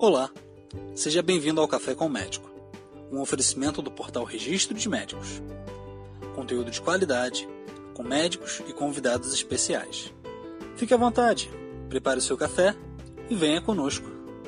Olá, seja bem-vindo ao Café com o Médico, um oferecimento do portal Registro de Médicos. Conteúdo de qualidade, com médicos e convidados especiais. Fique à vontade, prepare o seu café e venha conosco.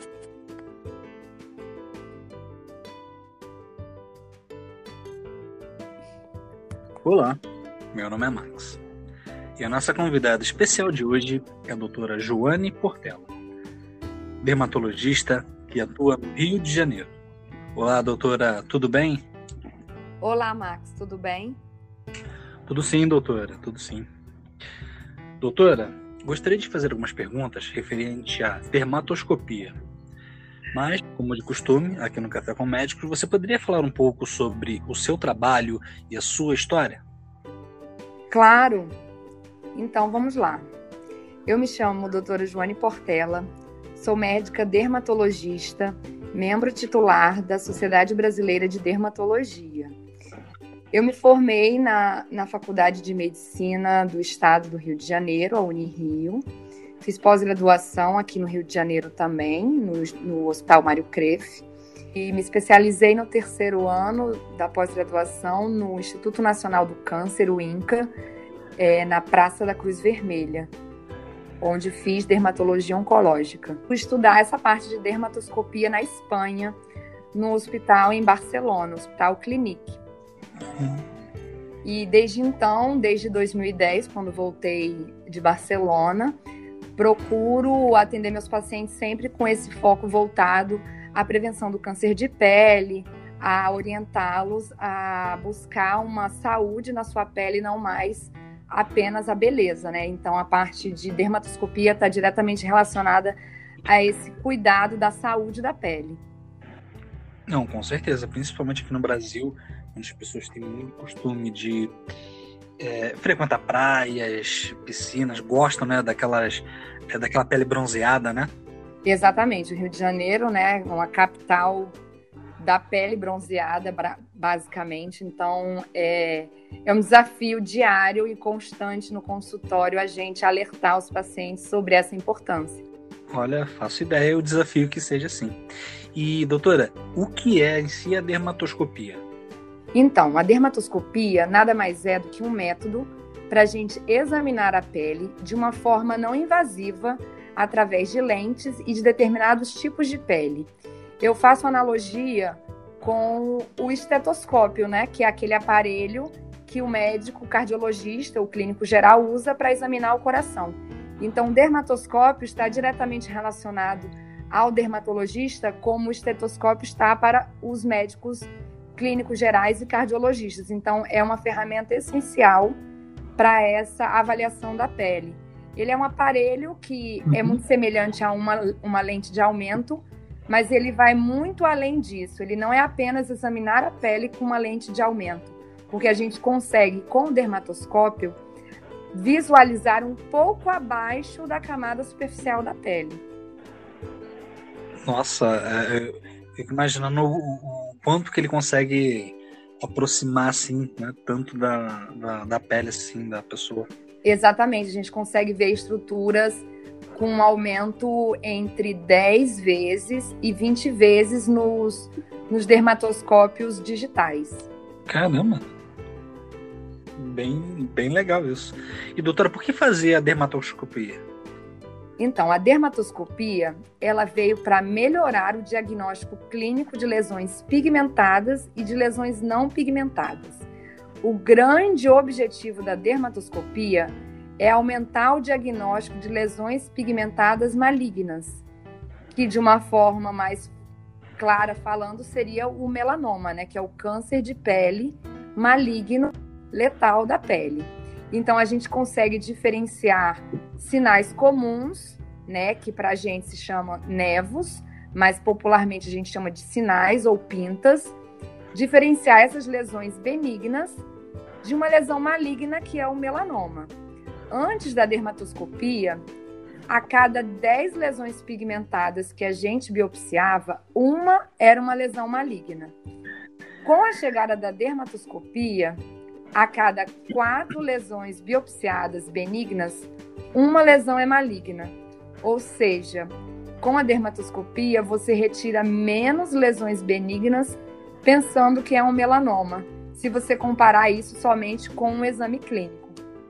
Olá, meu nome é Max. E a nossa convidada especial de hoje é a doutora Joane Portela, dermatologista que atua no Rio de Janeiro. Olá, doutora, tudo bem? Olá, Max, tudo bem? Tudo sim, doutora, tudo sim. Doutora, gostaria de fazer algumas perguntas referente à dermatoscopia. Mas, como de costume, aqui no Café com Médicos, você poderia falar um pouco sobre o seu trabalho e a sua história? Claro! Então, vamos lá. Eu me chamo doutora Joane Portela, sou médica dermatologista, membro titular da Sociedade Brasileira de Dermatologia. Eu me formei na Faculdade de Medicina do Estado do Rio de Janeiro, a Unirio. Fiz pós-graduação aqui no Rio de Janeiro também, no Hospital Mário Kreff. E me especializei no 3º ano da pós-graduação no Instituto Nacional do Câncer, o INCA, na Praça da Cruz Vermelha, onde fiz dermatologia oncológica. Fui estudar essa parte de dermatoscopia na Espanha, no hospital em Barcelona, Hospital Clinique. E desde então, desde 2010, quando voltei de Barcelona, procuro atender meus pacientes sempre com esse foco voltado à prevenção do câncer de pele, a orientá-los a buscar uma saúde na sua pele, não mais apenas a beleza, né? Então, a parte de dermatoscopia está diretamente relacionada a esse cuidado da saúde da pele. Não, com certeza, principalmente aqui no Brasil, onde as pessoas têm muito costume de frequentar praias, piscinas, gostam, né, daquela pele bronzeada, né? Exatamente, o Rio de Janeiro, né, é uma capital da pele bronzeada, basicamente. Então, é um desafio diário e constante no consultório a gente alertar os pacientes sobre essa importância. Olha, faço ideia o desafio que seja assim. E, doutora, o que é em si a dermatoscopia? Então, a dermatoscopia nada mais é do que um método para a gente examinar a pele de uma forma não invasiva através de lentes e de determinados tipos de pele. Eu faço analogia com o estetoscópio, né, que é aquele aparelho que o médico, o cardiologista, o clínico geral usa para examinar o coração. Então, o dermatoscópio está diretamente relacionado ao dermatologista, como o estetoscópio está para os médicos clínicos gerais e cardiologistas. Então, é uma ferramenta essencial para essa avaliação da pele. Ele é um aparelho que é muito semelhante a uma lente de aumento, mas ele vai muito além disso. Ele não é apenas examinar a pele com uma lente de aumento, porque a gente consegue, com o dermatoscópio, visualizar um pouco abaixo da camada superficial da pele. Nossa, eu fico imaginando o quanto que ele consegue aproximar, assim, né, tanto da pele, assim, da pessoa. Exatamente, a gente consegue ver estruturas com um aumento entre 10 vezes e 20 vezes nos dermatoscópios digitais. Caramba! Bem legal isso. E, doutora, por que fazer a dermatoscopia? Então, a dermatoscopia, ela veio para melhorar o diagnóstico clínico de lesões pigmentadas e de lesões não pigmentadas. O grande objetivo da dermatoscopia é aumentar o diagnóstico de lesões pigmentadas malignas, que de uma forma mais clara falando seria o melanoma, né, que é o câncer de pele maligno letal da pele. Então a gente consegue diferenciar sinais comuns, né, que para a gente se chama nevos, mas popularmente a gente chama de sinais ou pintas, diferenciar essas lesões benignas de uma lesão maligna que é o melanoma. Antes da dermatoscopia, a cada 10 lesões pigmentadas que a gente biopsiava, uma era uma lesão maligna. Com a chegada da dermatoscopia, a cada 4 lesões biopsiadas benignas, uma lesão é maligna. Ou seja, com a dermatoscopia, você retira menos lesões benignas pensando que é um melanoma, se você comparar isso somente com um exame clínico.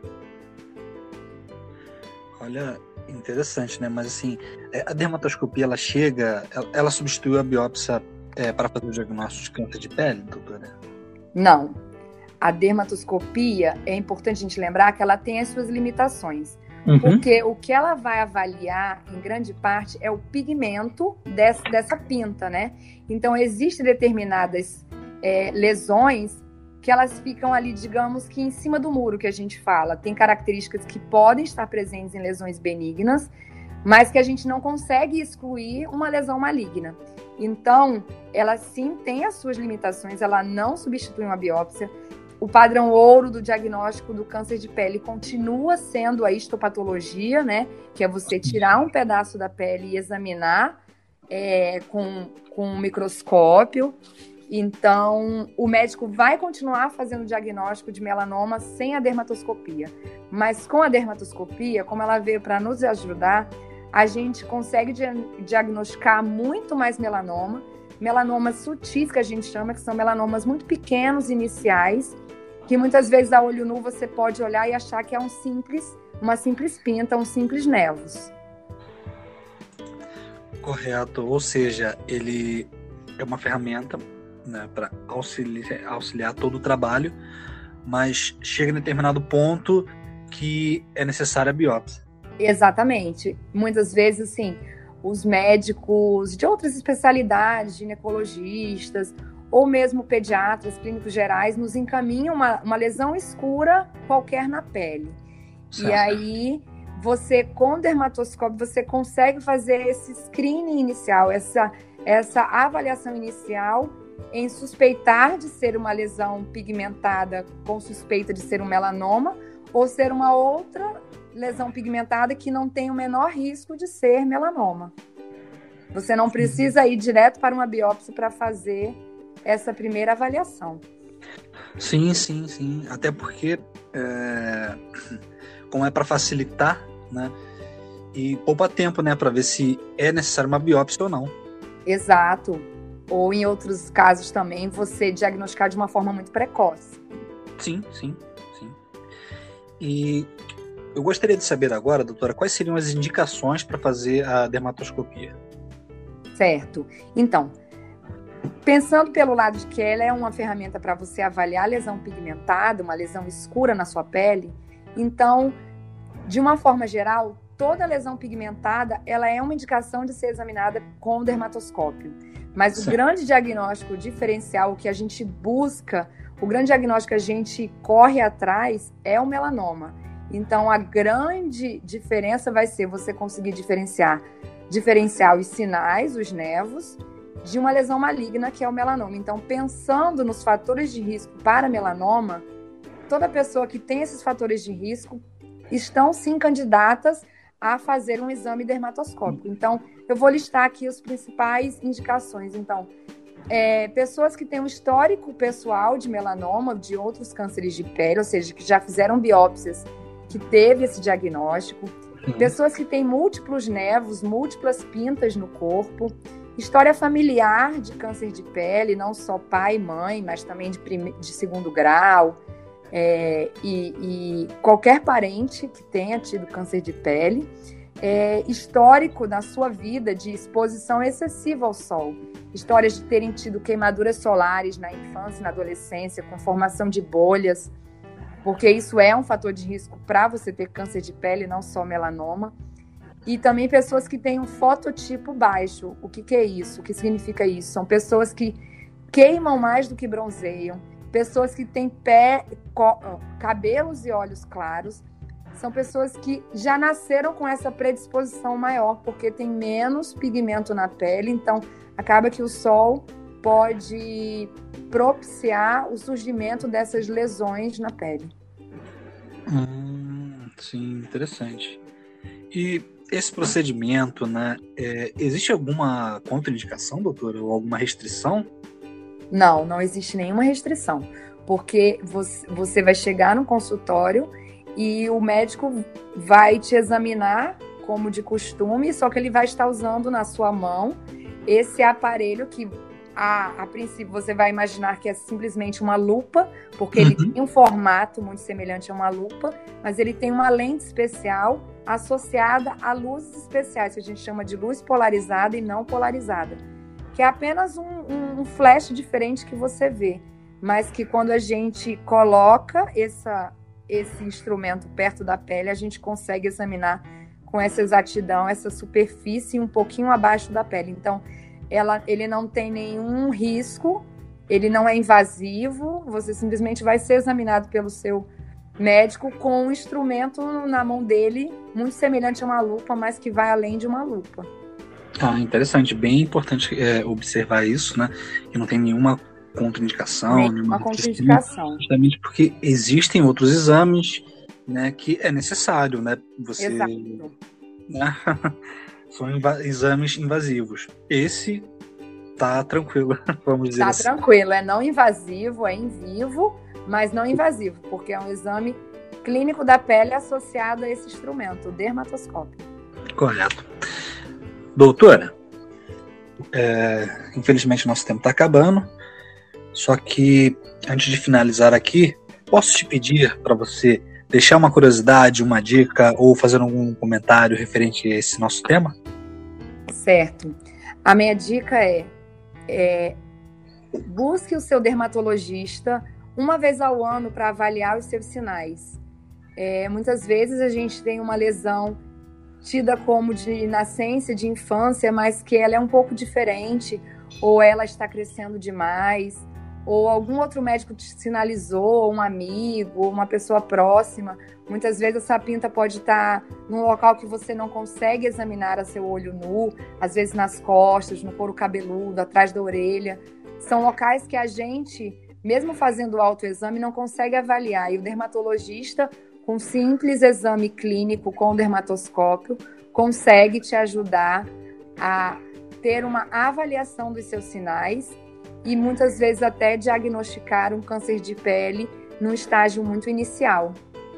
Olha, interessante, né? Mas assim, a dermatoscopia, ela substituiu a biópsia para fazer o diagnóstico de câncer de pele, doutora? Não. A dermatoscopia, é importante a gente lembrar que ela tem as suas limitações. Porque o que ela vai avaliar, em grande parte, é o pigmento dessa pinta, né? Então, existem determinadas lesões que elas ficam ali, digamos que em cima do muro, que a gente fala. Tem características que podem estar presentes em lesões benignas, mas que a gente não consegue excluir uma lesão maligna. Então, ela sim tem as suas limitações, ela não substitui uma biópsia. O padrão ouro do diagnóstico do câncer de pele continua sendo a histopatologia, né? Que é você tirar um pedaço da pele e examinar com um microscópio. Então, o médico vai continuar fazendo o diagnóstico de melanoma sem a dermatoscopia. Mas com a dermatoscopia, como ela veio para nos ajudar, a gente consegue diagnosticar muito mais melanomas sutis, que a gente chama, que são melanomas muito pequenos, iniciais, que muitas vezes a olho nu você pode olhar e achar que é uma simples pinta, um simples nevos. Correto, ou seja, ele é uma ferramenta, né, para auxiliar todo o trabalho, mas chega em determinado ponto que é necessária a biópsia. Exatamente. Muitas vezes, assim, os médicos de outras especialidades, ginecologistas, ou mesmo pediatras, clínicos gerais, nos encaminham uma lesão escura qualquer na pele. Certo. E aí, você, com o dermatoscópio, você consegue fazer esse screening inicial, essa avaliação inicial em suspeitar de ser uma lesão pigmentada com suspeita de ser um melanoma, ou ser uma outra lesão pigmentada que não tem o menor risco de ser melanoma. Você não precisa ir direto para uma biópsia para fazer essa primeira avaliação. Sim. Até porque, como é para facilitar, né? E poupa tempo, né? Para ver se é necessário uma biópsia ou não. Exato. Ou em outros casos também, você diagnosticar de uma forma muito precoce. Sim. E eu gostaria de saber agora, doutora, quais seriam as indicações para fazer a dermatoscopia? Certo. Então, pensando pelo lado de que ela é uma ferramenta para você avaliar a lesão pigmentada, uma lesão escura na sua pele, então, de uma forma geral, toda lesão pigmentada, ela é uma indicação de ser examinada com o dermatoscópio. Mas o grande diagnóstico diferencial, o que a gente busca, o grande diagnóstico que a gente corre atrás é o melanoma. Então, a grande diferença vai ser você conseguir diferenciar os sinais, os nevos, de uma lesão maligna, que é o melanoma. Então, pensando nos fatores de risco para melanoma, toda pessoa que tem esses fatores de risco estão, sim, candidatas a fazer um exame dermatoscópico. Então, eu vou listar aqui as principais indicações. Então, pessoas que têm um histórico pessoal de melanoma, de outros cânceres de pele, ou seja, que já fizeram biópsias, que teve esse diagnóstico, pessoas que têm múltiplos nevos, múltiplas pintas no corpo, história familiar de câncer de pele, não só pai e mãe, mas também de segundo grau, e qualquer parente que tenha tido câncer de pele, histórico na sua vida de exposição excessiva ao sol, histórias de terem tido queimaduras solares na infância e na adolescência, com formação de bolhas, porque isso é um fator de risco para você ter câncer de pele, não só melanoma. E também pessoas que têm um fototipo baixo. O que é isso? O que significa isso? São pessoas que queimam mais do que bronzeiam, pessoas que têm cabelos e olhos claros, são pessoas que já nasceram com essa predisposição maior, porque tem menos pigmento na pele, então acaba que o sol pode propiciar o surgimento dessas lesões na pele. Sim, interessante. E esse procedimento, né, existe alguma contraindicação, doutora, ou alguma restrição? Não existe nenhuma restrição, porque você vai chegar no consultório e o médico vai te examinar como de costume, só que ele vai estar usando na sua mão esse aparelho que, a princípio, você vai imaginar que é simplesmente uma lupa, porque ele tem um formato muito semelhante a uma lupa, mas ele tem uma lente especial associada a luzes especiais, que a gente chama de luz polarizada e não polarizada, que é apenas um flash diferente que você vê, mas que quando a gente coloca esse instrumento perto da pele, a gente consegue examinar com essa exatidão, essa superfície um pouquinho abaixo da pele. Então, ele não tem nenhum risco, ele não é invasivo, você simplesmente vai ser examinado pelo seu médico com um instrumento na mão dele, muito semelhante a uma lupa, mas que vai além de uma lupa. Interessante, bem importante observar isso, né? Que não tem nenhuma contraindicação. Nenhuma contraindicação. Justamente porque existem outros exames, né, que é necessário, né? Você, exato. Né? São exames invasivos. Esse tá tranquilo, vamos dizer assim. Tá tranquilo, é não invasivo, é in vivo, mas não invasivo, porque é um exame clínico da pele associado a esse instrumento, o dermatoscópio. Correto. Doutora, infelizmente nosso tempo está acabando, só que antes de finalizar aqui, posso te pedir para você deixar uma curiosidade, uma dica ou fazer algum comentário referente a esse nosso tema? Certo. A minha dica busque o seu dermatologista uma vez ao ano para avaliar os seus sinais. Muitas vezes a gente tem uma lesão tida como de nascença, de infância, mas que ela é um pouco diferente, ou ela está crescendo demais, ou algum outro médico te sinalizou, um amigo, uma pessoa próxima. Muitas vezes essa pinta pode estar num local que você não consegue examinar a seu olho nu, às vezes nas costas, no couro cabeludo, atrás da orelha. São locais que a gente, mesmo fazendo o autoexame, não consegue avaliar. E o dermatologista, com um simples exame clínico com o dermatoscópio, consegue te ajudar a ter uma avaliação dos seus sinais e muitas vezes até diagnosticar um câncer de pele num estágio muito inicial.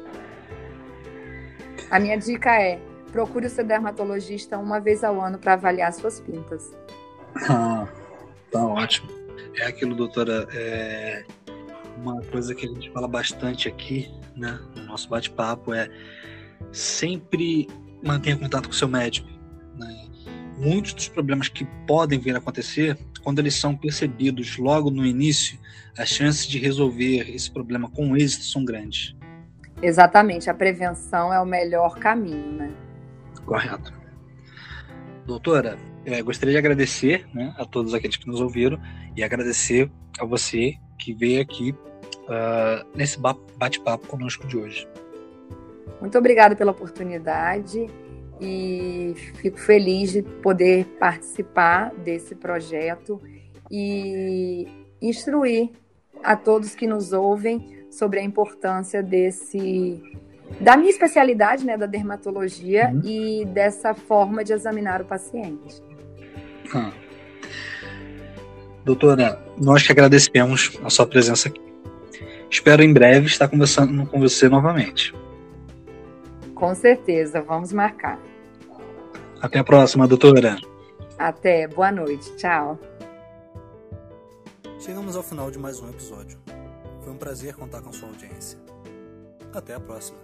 A minha dica procure o seu dermatologista uma vez ao ano para avaliar suas pintas. Tá ótimo. É aquilo, doutora, uma coisa que a gente fala bastante aqui, né, no nosso bate-papo sempre mantenha contato com o seu médico, né? Muitos dos problemas que podem vir a acontecer, quando eles são percebidos logo no início, as chances de resolver esse problema com êxito são grandes. Exatamente, a prevenção é o melhor caminho, né? Correto. Doutora, gostaria de agradecer, né, a todos aqueles que nos ouviram e agradecer a você que veio aqui nesse bate-papo conosco de hoje. Muito obrigada pela oportunidade e fico feliz de poder participar desse projeto e instruir a todos que nos ouvem sobre a importância da minha especialidade, né, da dermatologia, e dessa forma de examinar o paciente. Doutora, nós que agradecemos a sua presença aqui. Espero em breve estar conversando com você novamente. Com certeza, vamos marcar. Até a próxima, doutora. Até, boa noite, tchau. Chegamos ao final de mais um episódio. Foi um prazer contar com sua audiência. Até a próxima.